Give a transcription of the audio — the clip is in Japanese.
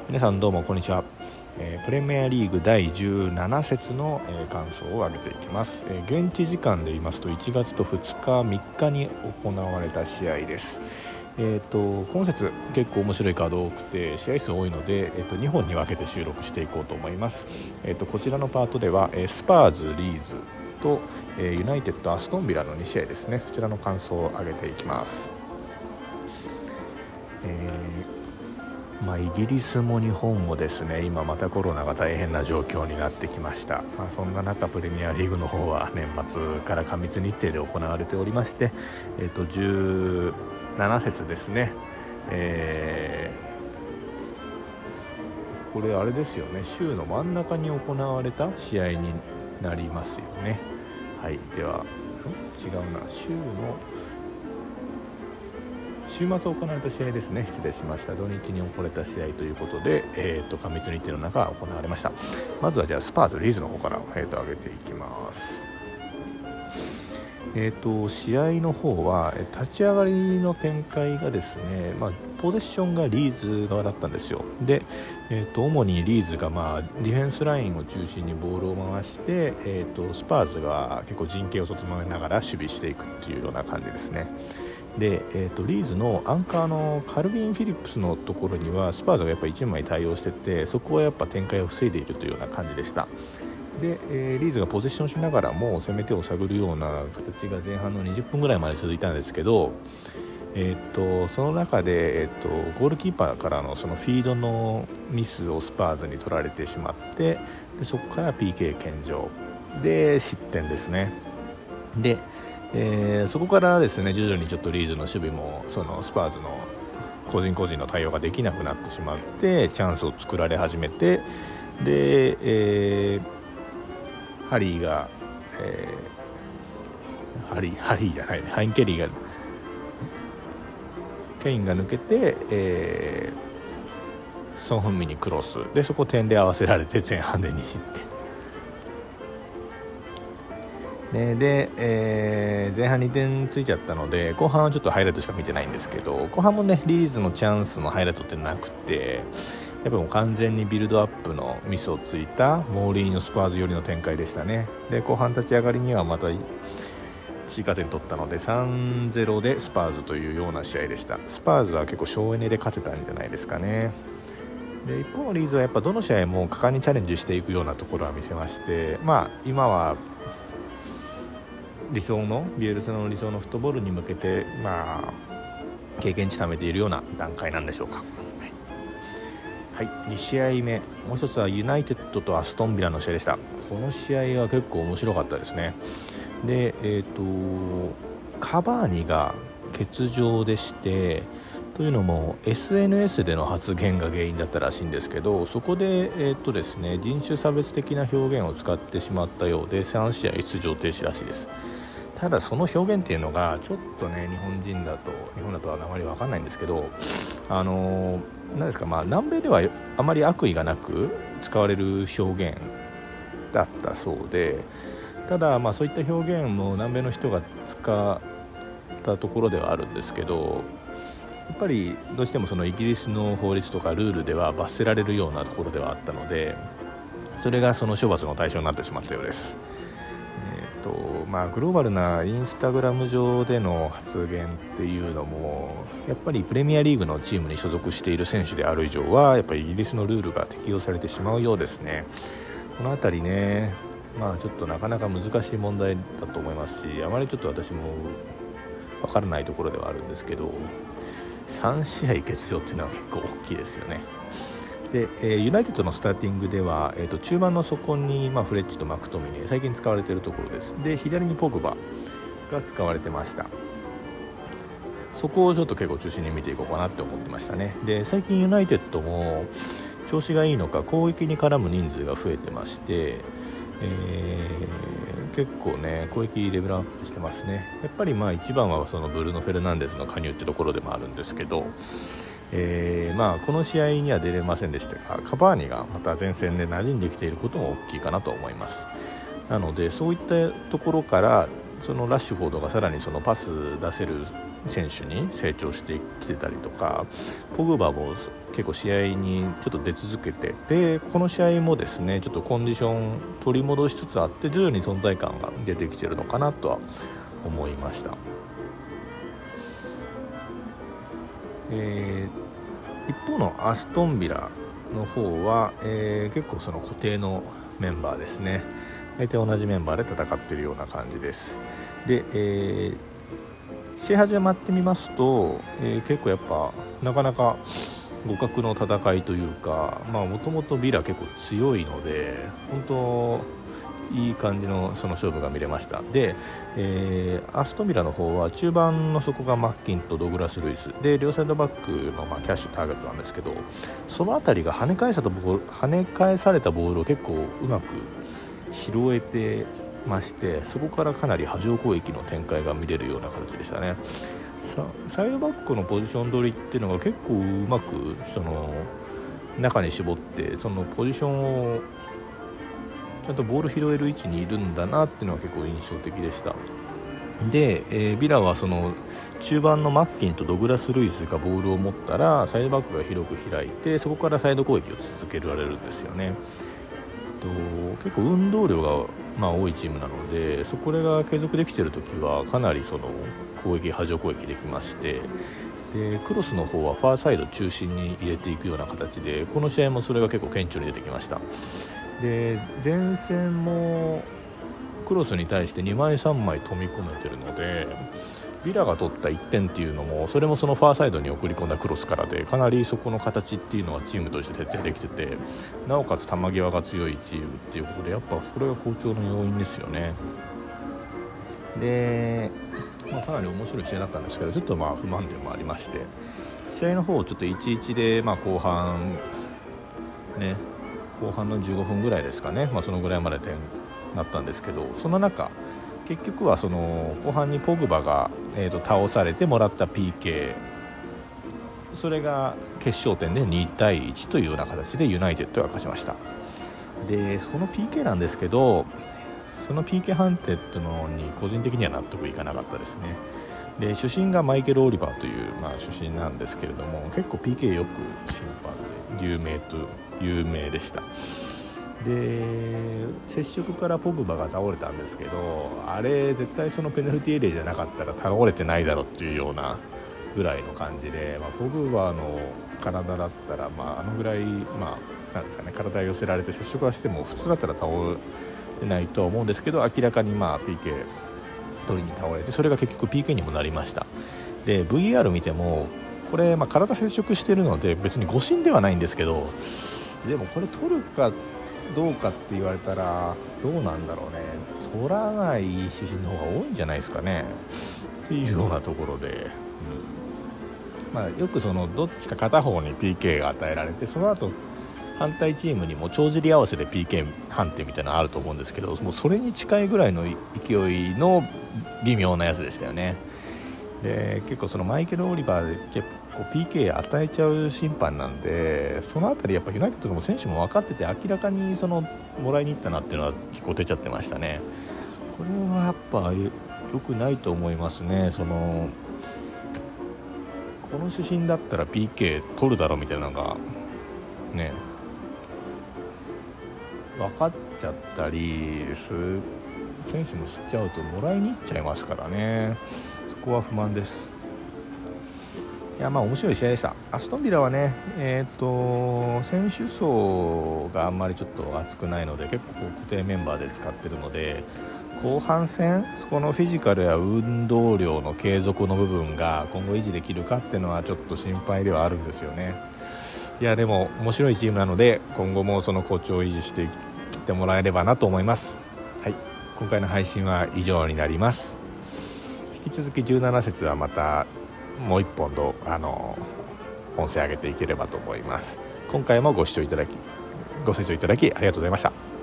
皆さんどうもこんにちは。プレミアリーグ第17節の、感想を挙げていきます。現地時間で言いますと1月と2日3日に行われた試合です。今節結構面白いカード多くて試合数多いので、2本に分けて収録していこうと思います。こちらのパートでは、スパーズ、リーズと、ユナイテッド、アストンビラの2試合ですね。そちらの感想を挙げていきます。イギリスも日本もですね、今またコロナが大変な状況になってきました。そんな中プレミアリーグの方は年末から過密日程で行われておりまして、17節ですね、これあれですよね、週の真ん中に行われた試合になりますよね。はい、では違うな、週末行われた試合ですね。失礼しました。土日に行われた試合ということで、過密日程の中行われました。まずはじゃあスパーズリーズの方から、上げていきます。試合の方は立ち上がりの展開がですね、ポゼッションがリーズ側だったんですよ。で、主にリーズがディフェンスラインを中心にボールを回して、スパーズが結構陣形を整えながら守備していくっていうような感じですね。で、リーズのアンカーのカルビン・フィリップスのところにはスパーズがやっぱ1枚対応してて、そこはやっぱ展開を防いでいるというような感じでした。で、リーズがポゼッションしながらも攻め手を探るような形が前半の20分ぐらいまで続いたんですけど、その中で、ゴールキーパーからのそのフィードのミスをスパーズに取られてしまって、でそこから PK 献上で失点ですね。で、そこからですね徐々にちょっとリーズの守備もそのスパーズの個人個人の対応ができなくなってしまってチャンスを作られ始めて、で、ハインケインが抜けて、ソン・フンミンにクロスでそこを点で合わせられて前半で2失点で、前半2点ついちゃったので後半はちょっとハイライトしか見てないんですけど、後半もねリーズのチャンスのハイライトってなくて、やっぱもう完全にビルドアップのミスをついたモーリーのスパーズ寄りの展開でしたね。で後半立ち上がりにはまた追加点取ったので 3-0 でスパーズというような試合でした。スパーズは結構省エネで勝てたんじゃないですかね。で一方のリーズはやっぱどの試合も果敢にチャレンジしていくようなところは見せまして、今はビエルサの理想のフットボールに向けて、経験値貯めているような段階なんでしょうか。はい、2試合目、もう一つはユナイテッドとアストンビラの試合でした。この試合は結構面白かったですね。で、カバーニが欠場でして、というのも SNS での発言が原因だったらしいんですけど、そこで、ですね、人種差別的な表現を使ってしまったようで3試合出場停止らしいです。ただその表現っていうのがちょっとね日本だとはあまり分かんないんですけど、何ですか、南米ではあまり悪意がなく使われる表現だったそうで、ただそういった表現も南米の人が使ったところではあるんですけど、やっぱりどうしてもそのイギリスの法律とかルールでは罰せられるようなところではあったので、それがその処罰の対象になってしまったようです。グローバルなインスタグラム上での発言っていうのもやっぱりプレミアリーグのチームに所属している選手である以上はやっぱりイギリスのルールが適用されてしまうようですね。このあたりね、ちょっとなかなか難しい問題だと思いますし、あまりちょっと私も分からないところではあるんですけど、3試合欠場っていうのは結構大きいですよね。で、ユナイテッドのスターティングでは、中盤の底に、フレッチとマクトミネ最近使われているところです。で左にポグバが使われてました。そこをちょっと結構中心に見ていこうかなって思ってましたね。で最近ユナイテッドも調子がいいのか攻撃に絡む人数が増えてまして、結構ね攻撃レベルアップしてますね。やっぱり一番はそのブルーノ・フェルナンデスの加入ってところでもあるんですけど、この試合には出れませんでしたが、カバーニがまた前線で馴染んできていることも大きいかなと思います。なのでそういったところからそのラッシュフォードがさらにそのパス出せる選手に成長してきてたりとか、ポグバも結構試合にちょっと出続けて、でこの試合もですねちょっとコンディション取り戻しつつあって、徐々に存在感が出てきてるのかなとは思いました。一方のアストンビラの方は、結構その固定のメンバーですね。大体同じメンバーで戦っているような感じです。で、試合始まってみますと、結構やっぱなかなか互角の戦いというか、もともとビラ結構強いので、本当いい感じのその勝負が見れました。で、アストンビラの方は中盤の底がマッキンとドグラス・ルイスで、両サイドバックのキャッシュターゲットなんですけど、その辺りが跳ね返されたボールを結構うまく拾えてまして、そこからかなり波状攻撃の展開が見れるような形でしたね。サイドバックのポジション取りっていうのが結構うまくその中に絞って、そのポジションをちゃんとボール拾える位置にいるんだなっていうのが結構印象的でした。で、ビラはその中盤のマッキンとドグラス・ルイスがボールを持ったらサイドバックが広く開いて、そこからサイド攻撃を続けられるんですよね。結構運動量が多いチームなので、これが継続できているときはかなりその波状攻撃できまして、でクロスの方はファーサイド中心に入れていくような形で、この試合もそれが結構顕著に出てきました。で前線もクロスに対して2枚3枚飛び込めてるので、ビラが取った1点っていうのもそれもそのファーサイドに送り込んだクロスからで、かなりそこの形っていうのはチームとして徹底できてて、なおかつ球際が強いチームっていうことで、やっぱこれが好調の要因ですよね。で、かなり面白い試合だったんですけど、ちょっと不満点もありまして、試合の方ちょっと 1-1 で、後半の15分ぐらいですかね、そのぐらいまで点なったんですけど、その中結局はその後半にポグバが、倒されてもらった PK、 それが決勝点で2対1というような形でユナイテッドが勝ちました。でその PK なんですけど、その PK 判定っていうのに個人的には納得いかなかったですね。で主審がマイケル・オリバーという、主審なんですけれども、結構 PK よく審判で有名でした。で接触からポグバが倒れたんですけど、あれ絶対そのペナルティーエリアじゃなかったら倒れてないだろうっていうようなぐらいの感じで、ポグバの体だったら、あのぐらい、なんですかね、体寄せられて接触はしても普通だったら倒れないとは思うんですけど、明らかにPK 取りに倒れて、それが結局 PK にもなりました。で VR 見てもこれ、体接触してるので別に誤審ではないんですけど、でもこれ取るかどうかって言われたらどうなんだろうね。取らない主審の方が多いんじゃないですかねっていうようなところで、よくそのどっちか片方に PK が与えられて、その後反対チームにも帳尻合わせで PK 判定みたいなのあると思うんですけど、もうそれに近いぐらいの勢いの微妙なやつでしたよね。で結構そのマイケル・オリバーで結構 PK 与えちゃう審判なんで、そのあたりやっぱユナイテッドの選手も分かってて、明らかにそのもらいに行ったなっていうのは結構出ちゃってましたね。これはやっぱ良くないと思いますね。この主審だったら PK 取るだろみたいなのがね分かっちゃったり選手も知っちゃうともらいに行っちゃいますからね。そこは不満です。いや面白い試合でした。アストンビラはね、選手層があんまりちょっと厚くないので、結構固定メンバーで使ってるので、後半戦そこのフィジカルや運動量の継続の部分が今後維持できるかっていうのはちょっと心配ではあるんですよね。いやでも面白いチームなので、今後もその好調を維持していってもらえればなと思います。はい、今回の配信は以上になります。引き続き17節はまたもう一本と音声上げていければと思います。今回もご視聴いただきありがとうございました。